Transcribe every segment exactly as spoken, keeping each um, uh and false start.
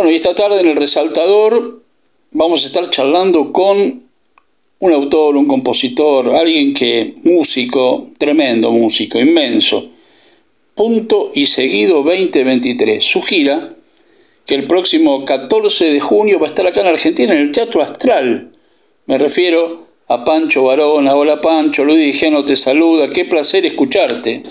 Bueno, y esta tarde en El Resaltador vamos a estar charlando con un autor, un compositor, alguien que, músico, tremendo músico, inmenso. Punto y Seguido veinte veintitrés. Su gira, que el próximo catorce de junio va a estar acá en Argentina, en el Teatro Astral. Me refiero a Pancho Varona. Hola Pancho, Luis Dijeno te saluda. Qué placer escucharte.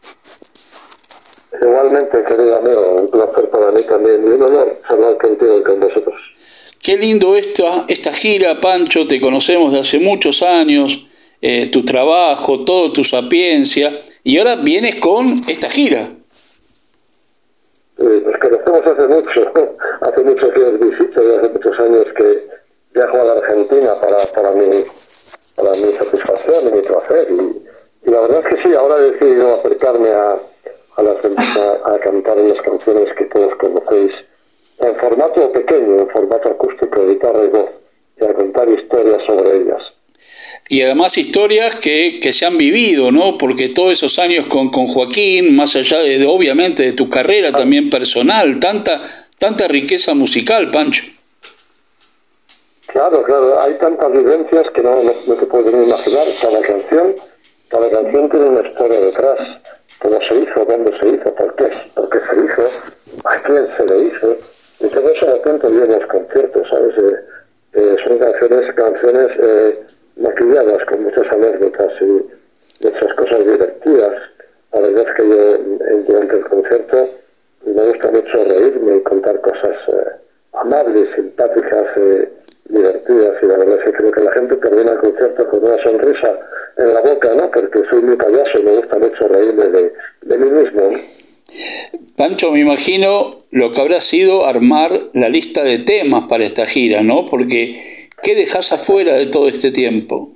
Igualmente, querido amigo, un placer para mí también y un honor hablar contigo y con vosotros. Qué lindo esta, esta gira, Pancho, te conocemos de hace muchos años, eh, tu trabajo, toda tu sapiencia, y ahora vienes con esta gira. Sí, nos conocemos hace mucho, hace mucho que os visito y hace muchos años que viajo a la Argentina para, para, mi, para mi satisfacción y mi placer. Y, y la verdad es que sí, ahora he decidido acercarme a, a, las, a, a cantar unas canciones que todos conocéis, en formato pequeño, en formato acústico, de guitarra y voz, y a contar historias sobre ellas. Y además historias que, que se han vivido, ¿no? Porque todos esos años con, con Joaquín, más allá de, de obviamente de tu carrera ah. también personal, tanta, tanta riqueza musical, Pancho. Claro, claro, hay tantas vivencias que no, no, no te puedes ni imaginar. Cada canción, cada canción tiene una historia detrás. Cómo se hizo, dónde se hizo, por qué, por qué se hizo, a quién se le hizo. Y todo eso lo cuento yo en los conciertos, ¿sabes? Eh, eh, son canciones, canciones eh, maquilladas con muchas anécdotas y muchas cosas divertidas. La verdad es que yo eh, durante el concierto me gusta mucho reírme y contar cosas eh, amables, simpáticas, eh, divertidas, y la verdad es que creo que la gente termina el concierto con una sonrisa en la boca, ¿no? Porque soy muy payaso y me gusta mucho reírme de, de mí mismo. Pancho, me imagino lo que habrá sido armar la lista de temas para esta gira, ¿no? Porque ¿qué dejas afuera de todo este tiempo?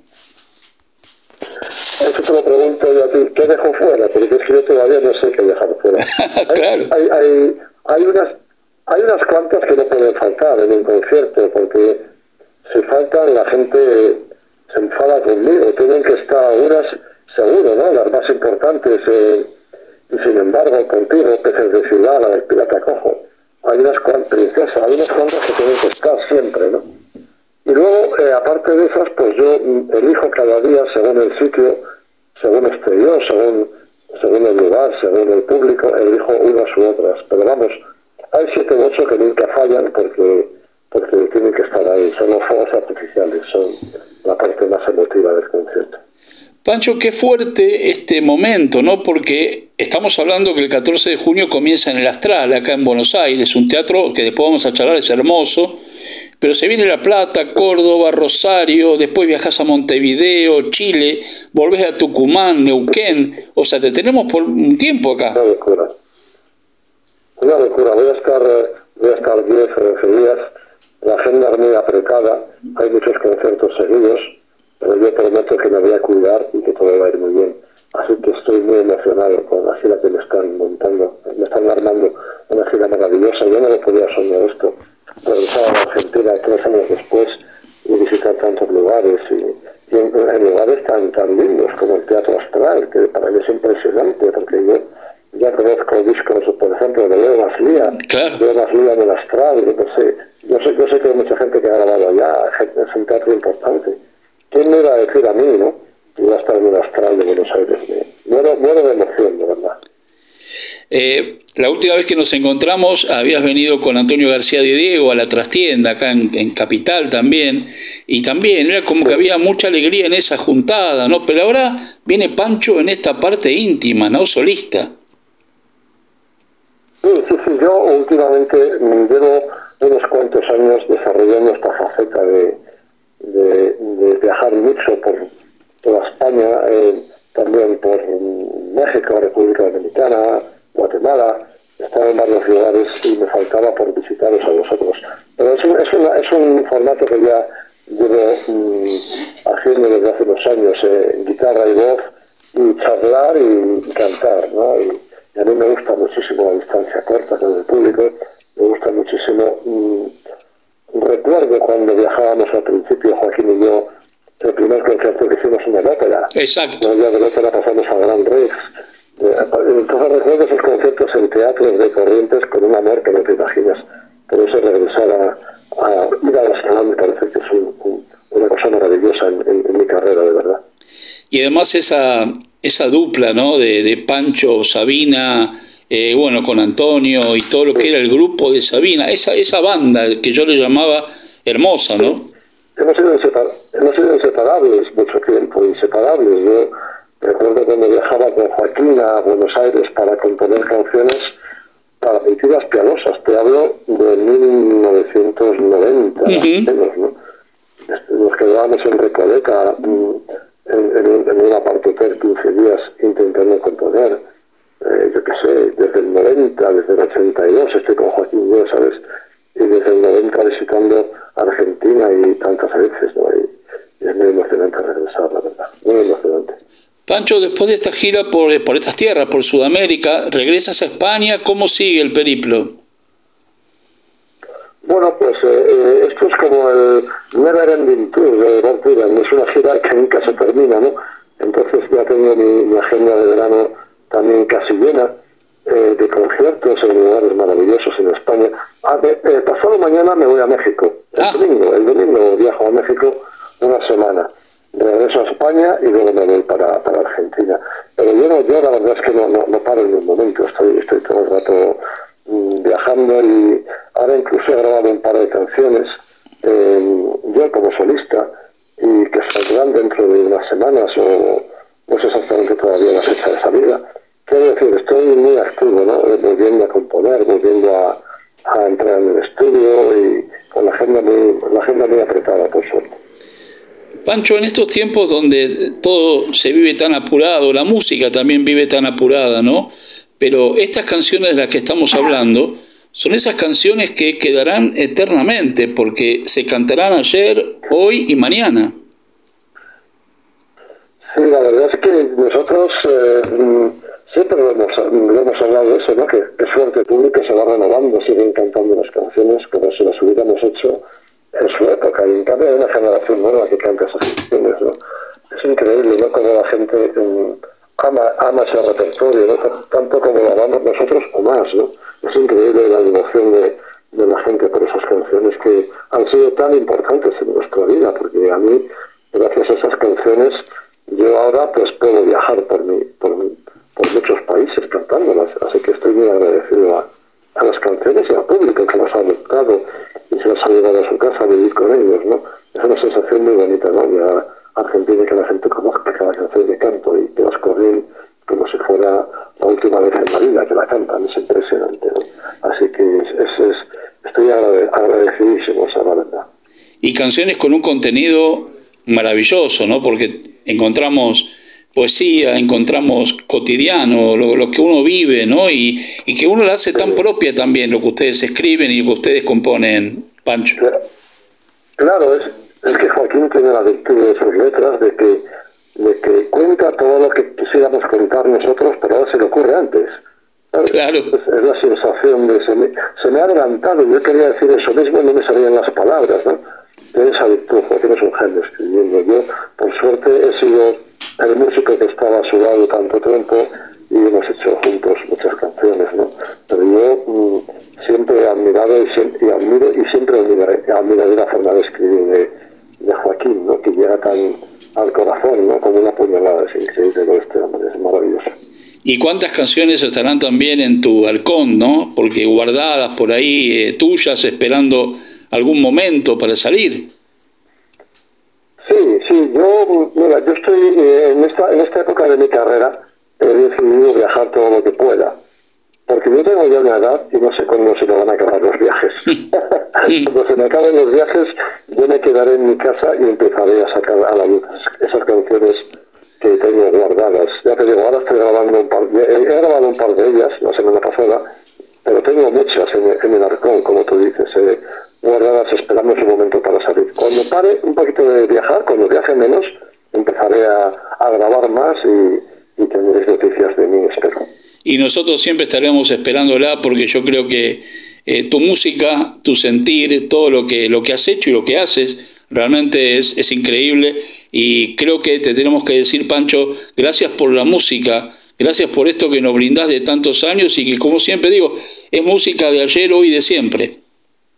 Eso te lo pregunto yo a ti, ¿qué dejo fuera? Porque es que yo todavía no sé qué dejar fuera. Claro. Hay, hay, hay, hay, unas, hay unas cuantas que no pueden faltar en un concierto, porque si faltan la gente se enfada conmigo. Tienen que estar unas, seguro, ¿no? Las más importantes. Eh, y sin embargo, contigo, Peces de Ciudad, la del Pirata Cojo, hay unas cuantas, princesas, hay unas cuantas que tienen que estar siempre, ¿no? Y luego, eh, aparte de esas, pues yo elijo cada día, según el sitio, según esté yo, según, según el lugar, según el público, elijo unas u otras. Pero vamos, hay siete u ocho que nunca fallan porque, porque tienen que estar ahí. Son los fuegos artificiales, son la parte más emotiva del concierto. Pancho, qué fuerte este momento, ¿no? Porque estamos hablando que el catorce de junio comienza en el Astral, acá en Buenos Aires, un teatro que después vamos a charlar, es hermoso, pero se viene La Plata, Córdoba, Rosario, después viajas a Montevideo, Chile, volvés a Tucumán, Neuquén, o sea, te tenemos por un tiempo acá. Una locura, una locura, voy a estar, voy a estar diez o doce días, la agenda es muy apretada, hay muchos conciertos seguidos, pero yo prometo que me voy a cuidar y que todo va a ir muy bien. Así que estoy muy emocionado con la gira que me están montando, me están armando una gira maravillosa. Yo no lo podía soñar esto, regresar a la Argentina tres años después y visitar tantos lugares, y, y en, en lugares tan, tan lindos como el Teatro Astral, que para mí es impresionante, porque yo ya conozco discos, por ejemplo, de Leo Maslía, claro. Leo Maslía en el Astral, yo no sé, yo sé, yo sé que hay mucha gente que ha grabado allá, es un teatro importante. ¿Quién me iba a decir a mí, no? Que iba a estar en el Astral de Buenos Aires. Muero, muero de emoción, de verdad. Eh, la última vez que nos encontramos habías venido con Antonio García de Diego a la trastienda, acá en, en Capital también, y también era como sí. que había mucha alegría en esa juntada, ¿no? Pero ahora viene Pancho en esta parte íntima, ¿no? Solista. Sí, sí, sí. Yo últimamente llevo unos cuantos años desarrollando esta faceta de De, de viajar mucho por toda España, eh, también por México, República Dominicana, Guatemala. Estaba en varios lugares y me faltaba por visitaros a vosotros. Pero es un, es una, es un formato que ya llevo mmm, haciendo desde hace unos años, eh, guitarra y voz, y charlar y, y cantar, ¿no? Y, y a mí me gusta muchísimo la distancia corta con el público, me gusta muchísimo... Mmm, Recuerdo cuando viajábamos al principio, Joaquín y yo, el primer concierto que hicimos en el ópera. Exacto. El día de la ópera pasamos a Gran Rex. Entonces recuerdo esos conciertos en teatros de Corrientes con un amor que no te imaginas. por eso regresar a, a ir a la sala me parece que es un, un, una cosa maravillosa en, en, en mi carrera, de verdad. Y además esa, esa dupla, ¿no? De, de Pancho, Sabina, eh, bueno, con Antonio y todo lo que era el grupo de Sabina, esa, esa banda que yo le llamaba hermosa, ¿no? Sí. Hemos sido, insepar- hemos sido inseparables mucho tiempo, inseparables. Yo recuerdo cuando viajaba con Joaquín a Buenos Aires para componer canciones para mentiras piadosas. Te hablo de mil novecientos noventa, Uh-huh. menos, ¿no? Nos quedábamos en Recoleta, en, en, en un apartotel quince días intentando componer. Eh, yo qué sé, desde el noventa, desde el ochenta y dos estoy con Joaquín, ¿no? ¿Sabes? Y desde el noventa visitando Argentina y tantas veces, ¿no? Y, y es muy emocionante regresar, la verdad, muy emocionante. Pancho, después de esta gira por, por estas tierras, por Sudamérica, regresas a España, ¿cómo sigue el periplo? Bueno, pues eh, eh, esto es como el Never Ending Tour de Bob Dylan, es una gira que nunca se termina, ¿no? Entonces ya tengo mi, mi agenda de verano también casi llena, eh, de conciertos en lugares maravillosos en España. Ah, de, eh, pasado mañana me voy a México, el Ah. domingo, el domingo viajo a México una semana, regreso a España y luego me voy para, para Argentina. Pero yo, no, yo la verdad es que no, no, no paro en un momento, estoy, estoy todo el rato mm, viajando y ahora incluso he grabado un par de canciones, eh, yo como solista, y que saldrán dentro de unas semanas o no sé exactamente todavía la fecha de salida. Quiero decir, estoy muy activo, ¿no? Volviendo a componer, volviendo a, a entrar en el estudio y con la agenda muy, la agenda muy apretada, por suerte. Pancho, en estos tiempos donde todo se vive tan apurado, la música también vive tan apurada, ¿no? Pero estas canciones de las que estamos hablando son esas canciones que quedarán eternamente, porque se cantarán ayer, hoy y mañana. Sí, la verdad es que nosotros eh, siempre lo hemos, lo hemos hablado de eso, ¿no? Que, que suerte pública se va renovando, siguen cantando las canciones como si las hubiéramos hecho en su época, y en cambio hay una generación nueva que canta esas canciones, ¿no? Es increíble, ¿no? Como la gente um, ama, ama ese repertorio, ¿no? Tanto como lo amamos nosotros o más, ¿no? Es increíble la devoción de, de la gente por esas canciones que han sido tan importantes en nuestra vida, porque a mí, gracias a esas canciones, yo ahora pues puedo viajar por, mi, por, mi, por muchos países cantándolas, así que estoy muy agradecido a, a las canciones y al público que las ha adoptado y se las ha llevado a su casa a vivir con ellos, ¿no? Es una sensación muy bonita, ¿no? Ya Argentina, que la gente conozca cada canción que canto y que las corren como si fuera la última vez en la vida que la cantan, es impresionante, ¿no? Así que es, es, es, estoy agradecidísimo, esa la verdad. Y canciones con un contenido maravilloso, ¿no? Porque encontramos poesía, encontramos cotidiano, lo, lo que uno vive, ¿no? Y, y que uno la hace tan propia también, lo que ustedes escriben y lo que ustedes componen, Pancho. Claro, claro es, es que Joaquín tiene la virtud de sus letras, de que, de que cuenta todo lo que quisiéramos contar nosotros, pero ahora se le ocurre antes. ¿Sabes? Claro. Es, es la sensación de se me, se me ha adelantado, yo quería decir eso mismo, no me salían las palabras, ¿no? Tiene esa virtud, Joaquín es un genio escribiendo. Yo, por suerte, he sido el músico que estaba a su lado tanto tiempo y hemos hecho juntos muchas canciones, ¿no? Pero yo mmm, siempre he admirado y, siempre, y admiro y siempre admiraré, admiraré la forma de escribir de, de Joaquín, ¿no? Que llega tan al corazón, ¿no? Como una puñalada, es increíble lo este hombre, es maravilloso. ¿Y cuántas canciones estarán también en tu balcón, no? Porque guardadas por ahí, eh, tuyas, esperando algún momento para salir. Sí, sí, yo, mira, yo estoy eh, en esta en esta época de mi carrera, he decidido viajar todo lo que pueda, porque yo tengo ya una edad y no sé cuándo se me van a acabar los viajes. Cuando se me acaben los viajes, yo me quedaré en mi casa y empezaré a sacar a la luz esas canciones que tengo guardadas. Ya te digo, ahora estoy grabando un par, he grabado un par de ellas la semana pasada, pero tengo muchas en, en el arcón, como tú dices, eh, guardadas esperando su momento para salir. Cuando pare un poquito de viajar, cuando viaje menos, empezaré a, a grabar más y, y tendréis noticias de mí, espero. Y nosotros siempre estaremos esperándola, porque yo creo que eh, tu música, tu sentir, todo lo que, lo que has hecho y lo que haces, realmente es, es increíble, y creo que te tenemos que decir, Pancho, gracias por la música, gracias por esto que nos brindás de tantos años y que, como siempre digo, es música de ayer, hoy y de siempre.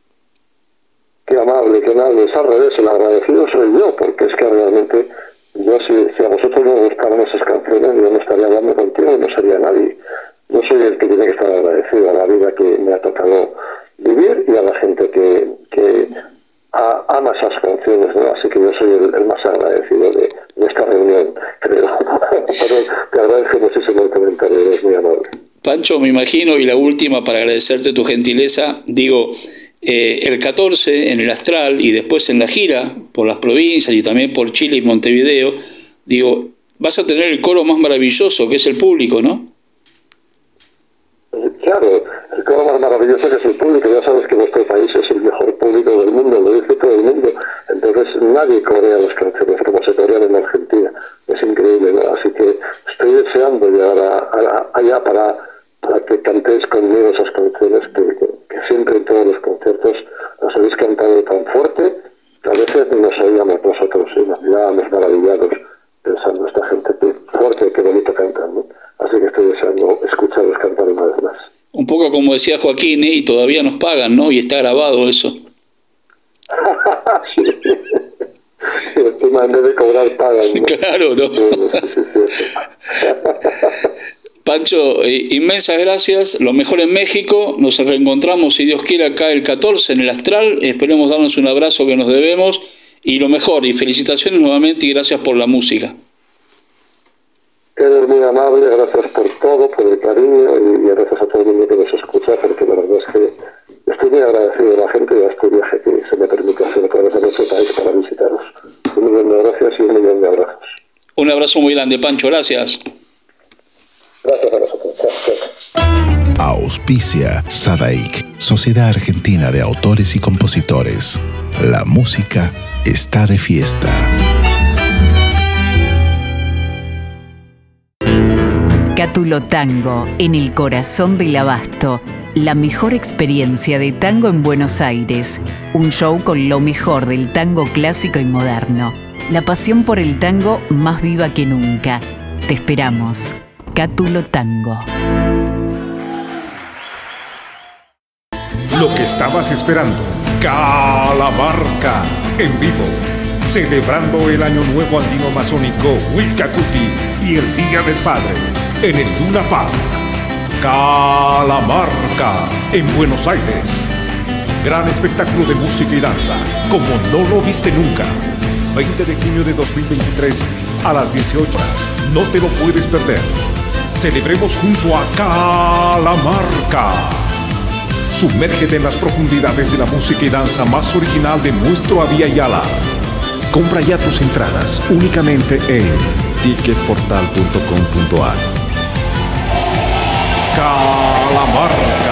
qué amable, qué amable. Es al revés, el agradecido soy yo, porque es que realmente yo, si, si a vosotros no gustaran esas canciones, yo no estaría hablando contigo, no sería nadie. Yo soy el que tiene que estar agradecido a la vida que me ha tocado vivir y a la gente que, que a, ama esas canciones, ¿no? Así que yo soy el, el más agradecido de, de esta reunión, creo. Pero te agradezco muchísimo el comentario, eres muy amable. Pancho, me imagino, y la última para agradecerte tu gentileza, digo, eh, el catorce en el Astral y después en la gira por las provincias y también por Chile y Montevideo, digo, vas a tener el coro más maravilloso que es el público, ¿no? Claro, el coro más maravilloso que es el público. Ya sabes que nuestro país es el mejor público del mundo, lo dice todo el mundo. Entonces nadie corea las canciones como se corean en Argentina. Es increíble, ¿no? Así que estoy deseando llegar a, a, allá para, para que cantéis conmigo esas canciones que, que, que siempre en todos los conciertos las habéis cantado tan fuerte que a veces nos oíamos nosotros y nos mirábamos maravillados pensando esta gente qué fuerte, qué bonito cantan, ¿no? Así que estoy deseando escucharlos cantar una vez más. Un poco como decía Joaquín, ¿eh? Y todavía nos pagan, ¿no? Y está grabado eso. Sí. Sí, encima en vez de cobrar pagan, ¿no? Claro, ¿no? Sí, sí, sí, sí. Pancho, eh, inmensas gracias, lo mejor en México, nos reencontramos si Dios quiere acá el catorce en el Astral, esperemos darnos un abrazo que nos debemos y lo mejor, y felicitaciones nuevamente y gracias por la música. Eres muy amable, gracias por todo, por el cariño y, y gracias a todo el mundo que nos escucha, porque la verdad es que estoy muy agradecido a la gente y a este viaje que se me permite hacer a través de nuestro país para visitaros. Un millón de gracias y un millón de abrazos. Un abrazo muy grande, Pancho, gracias. Gracias a nosotros. Chao, chao. Auspicia Sadaik, Sociedad Argentina de Autores y Compositores. La música está de fiesta. Cátulo Tango, en el corazón del Abasto. La mejor experiencia de tango en Buenos Aires. Un show con lo mejor del tango clásico y moderno. La pasión por el tango más viva que nunca. Te esperamos. Cátulo Tango. Lo que estabas esperando. Calamarca en vivo. Celebrando el Año Nuevo Andino Masónico Huilcacuti y el Día del Padre en el Luna Park. Calamarca en Buenos Aires. Gran espectáculo de música y danza como no lo viste nunca. veinte de junio de dos mil veintitrés a las dieciocho horas. No te lo puedes perder. Celebremos junto a Calamarca. Sumérgete en las profundidades de la música y danza más original de nuestro Avia Yala. Compra ya tus entradas únicamente en ticket portal punto com punto a r. Calamarca.